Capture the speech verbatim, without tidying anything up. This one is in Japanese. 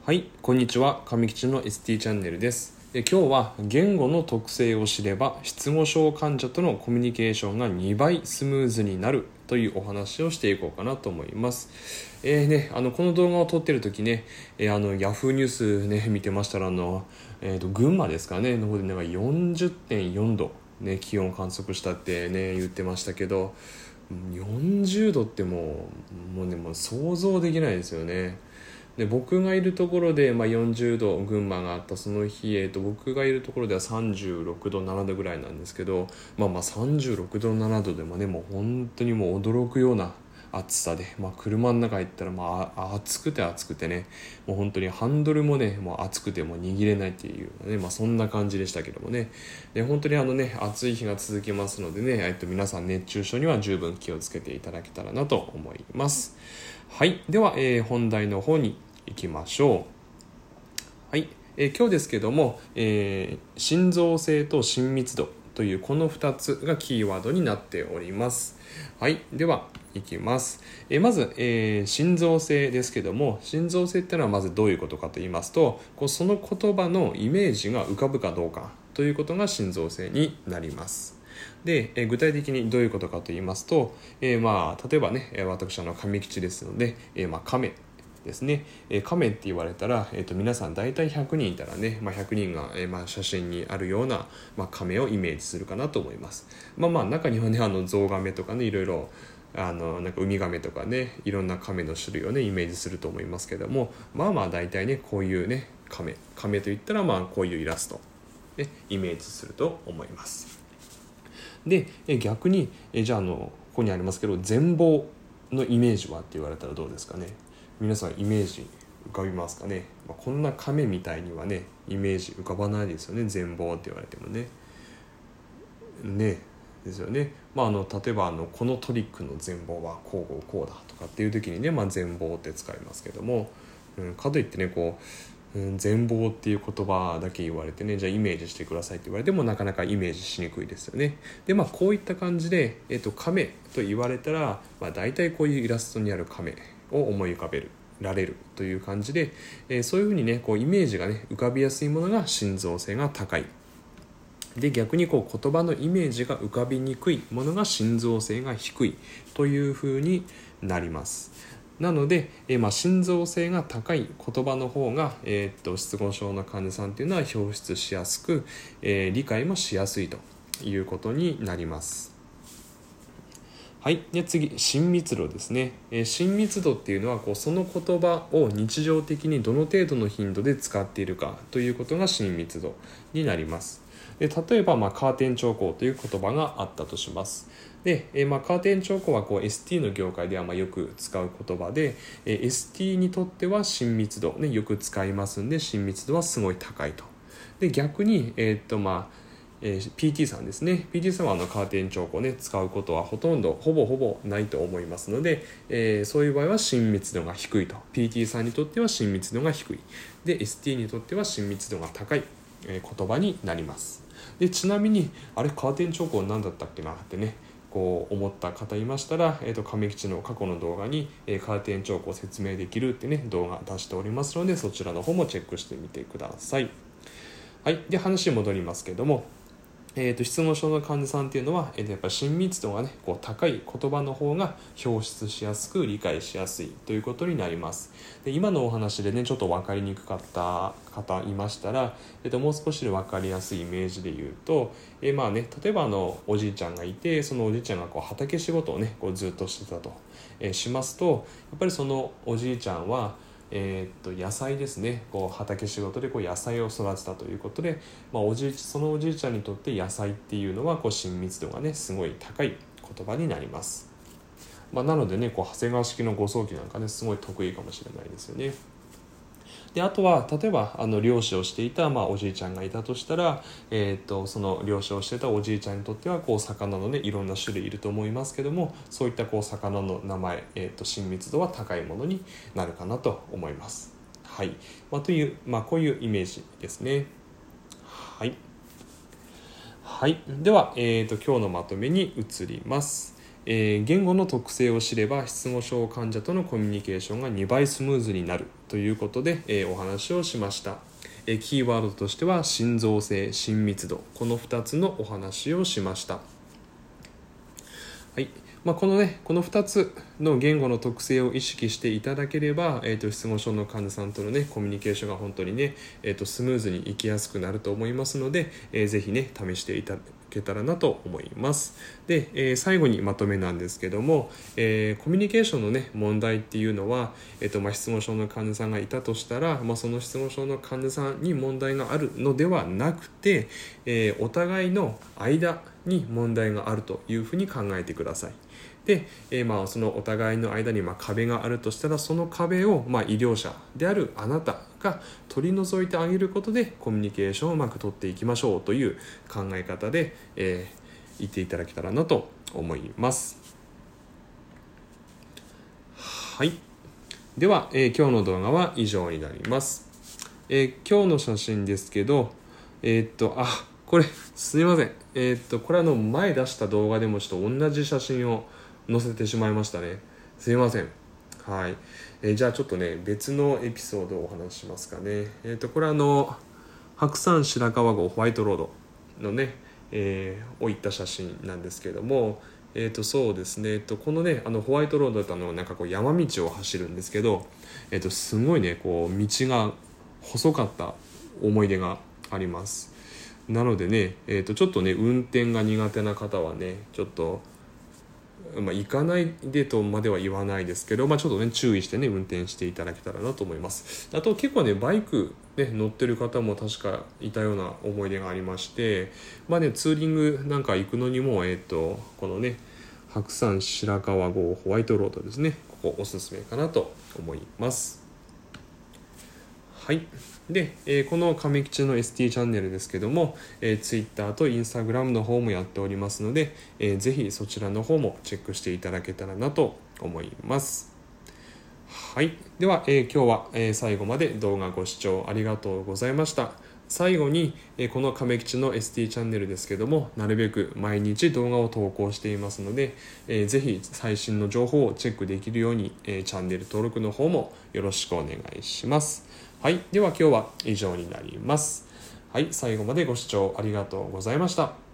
はい、こんにちは。上吉の エスティー チャンネルです。え今日は言語の特性を知れば失語症患者とのコミュニケーションがにばいスムーズになるというお話をしていこうかなと思います。えーね、あのこの動画を撮っている時ね、えー、あのヤフーニュースね見てましたらあの、えー、と群馬ですかねの方で、ね、よんじゅってんよんど、ね、気温を観測したってね言ってましたけど、よんじゅうどってもうもうねもう想像できないですよね。で僕がいるところで、まあ、よんじゅうど群馬があったその日、えー、と僕がいるところではさんじゅうろくどななどぐらいなんですけど、まあ、まあさんじゅうろくどななどでもねもう本当にもう驚くような暑さで、まあ、車の中行ったら、まあ、暑くて暑くてねもう本当にハンドルもねもう暑くてもう握れないっていう、ねまあ、そんな感じでしたけどもね。で本当にあのね暑い日が続きますのでね、えっと、皆さん熱中症には十分気をつけていただけたらなと思います。はい、では、えー、本題の方に行きましょう。はい、えー、今日ですけども、えー、心臓性と親密度というこのふたつがキーワードになっております。はい、ではいきます。えー、まず、えー、心臓性ですけども、心臓性っていうのはまずどういうことかと言いますと、こうその言葉のイメージが浮かぶかどうかということが心臓性になります。で、えー、具体的にどういうことかと言いますと、えーまあ、例えばね私の上吉ですので、えーまあ、亀ですね、えー、亀って言われたら、えー、と皆さん大体ひゃくにんいたらね、まあ、ひゃくにんが、えーまあ、写真にあるような、まあ、亀をイメージするかなと思います。まあまあ中にはねあのゾウガメとかねいろいろあのなんかウミガメとかねいろんな亀の種類をねイメージすると思いますけども、まあまあ大体ねこういうね亀亀といったらまあこういうイラストでイメージすると思います。でえ逆にえじゃああのここにありますけど全貌のイメージはって言われたらどうですかね。皆さんイメージ浮かびますかね。まあ、こんな亀みたいにはねイメージ浮かばないですよね。全貌って言われてもねねですよね。まあ、あの例えばあのこのトリックの全貌はこうこうだとかっていう時にね、まあ、全貌って使いますけども、うん、かといってねこう、うん、全貌っていう言葉だけ言われてねじゃあイメージしてくださいって言われてもなかなかイメージしにくいですよね。でまあこういった感じで、えっと、亀と言われたら、まあ、大体こういうイラストにある亀を思い浮かべるられるという感じで、えー、そういうふうにねこうイメージがね浮かびやすいものが心臓性が高いで、逆にこう言葉のイメージが浮かびにくいものが心臓性が低いというふうになります。なので、えー、まあ心臓性が高い言葉の方が、えー、っと失語症の患者さんっていうのは表出しやすく、えー、理解もしやすいということになります。はい、で次親密度ですね、えー、親密度っていうのはこうその言葉を日常的にどの程度の頻度で使っているかということが親密度になります。で例えば、まあ、カーテン調光という言葉があったとします。で、えーまあ、カーテン調光はこう エスティー の業界ではまあよく使う言葉で、えー、エスティー にとっては親密度、ね、よく使いますんで親密度はすごい高いと。で逆に、えーっとまあえー、ピーティー さんですね ピーティー さんはあのカーテン調光ね使うことはほとんどほぼほぼないと思いますので、えー、そういう場合は親密度が低いと。 ピーティー さんにとっては親密度が低いで エスティー にとっては親密度が高い、えー、言葉になります。でちなみにあれカーテン調光何だったっけなってねこう思った方いましたら、えー、と亀吉の過去の動画に、えー、カーテン調光を説明できるってね動画出しておりますのでそちらの方もチェックしてみてください。はい、で話戻りますけども、えー、と失語症の患者さんっていうのは、えー、とやっぱり親密度が、ね、こう高い言葉の方が表出しやすく理解しやすいということになります。で今のお話でねちょっと分かりにくかった方いましたら、えー、ともう少し分かりやすいイメージで言うと、えーまあね、例えばあのおじいちゃんがいてそのおじいちゃんがこう畑仕事を、ね、こうずっとしてたと、えー、しますとやっぱりそのおじいちゃんはえー、っと野菜ですねこう畑仕事でこう野菜を育てたということで、まあ、おじいそのおじいちゃんにとって野菜っていうのはこう親密度がねすごい高い言葉になります。まあ、なのでねこう長谷川式の誤送機なんかねすごい得意かもしれないですよね。であとは例えばあの漁師をしていた、まあ、おじいちゃんがいたとしたら、えー、とその漁師をしていたおじいちゃんにとってはこう魚のねいろんな種類いると思いますけどもそういったこう魚の名前、えー、と親密度は高いものになるかなと思います。はい、まあ、という、まあ、こういうイメージですね。はい、はい、では、えー、と今日のまとめに移ります。 えー、言語の特性を知れば失語症患者とのコミュニケーションがにばいスムーズになるということで、えー、お話をしました。えー、キーワードとしては親贈性、親密度、このふたつのお話をしました。はい、まあ、このねこのふたつの言語の特性を意識していただければ、えー、と失語症の患者さんとのねコミュニケーションが本当にね、えー、とスムーズにいきやすくなると思いますので、えー、ぜひね試していただけたらなと思います。で、えー、最後にまとめなんですけども、えー、コミュニケーションのね問題っていうのは、えーとまあ、失語症の患者さんがいたとしたら、まあ、その失語症の患者さんに問題があるのではなくて、えー、お互いの間に問題があるというふうに考えてください。で、えー、まあそのお互いの間にまあ壁があるとしたら、その壁をまあ医療者であるあなたが取り除いてあげることでコミュニケーションをうまく取っていきましょうという考え方で、えー、言っていただけたらなと思います。はい、では、えー、今日の動画は以上になります。えー、今日の写真ですけど、えー、っとあこれすいません、えー、っとこれあの前出した動画でもちょっと同じ写真を載せてしまいましたね。すいません。はい、えー、じゃあちょっとね別のエピソードをお話ししますかね。えっ、ー、とこれあの白山白川郷ホワイトロードのね、えー、を行った写真なんですけれども、えっ、ー、とそうですね、えっ、ー、とこのねあのホワイトロードだとあのなんかこう山道を走るんですけど、えっ、ー、とすごいねこう道が細かった思い出があります。なのでね、えー、とちょっとね運転が苦手な方はねちょっとまあ、行かないでとまでは言わないですけど、まあ、ちょっとね注意してね運転していただけたらなと思います。あと結構ねバイク、ね、乗ってる方も確かいたような思い出がありまして、まあね、ツーリングなんか行くのにも、えー、とこのね白山白川郷ホワイトロードですね、ここおすすめかなと思います。はい、で、えー、この亀吉の エスティー チャンネルですけども、えー、Twitter と Instagram の方もやっておりますので、えー、ぜひそちらの方もチェックしていただけたらなと思います。はい、では、えー、今日は、えー、最後まで動画ご視聴ありがとうございました。最後に、えー、この亀吉の エスティー チャンネルですけども、なるべく毎日動画を投稿していますので、えー、ぜひ最新の情報をチェックできるように、えー、チャンネル登録の方もよろしくお願いします。はい、では今日は以上になります。はい、最後までご視聴ありがとうございました。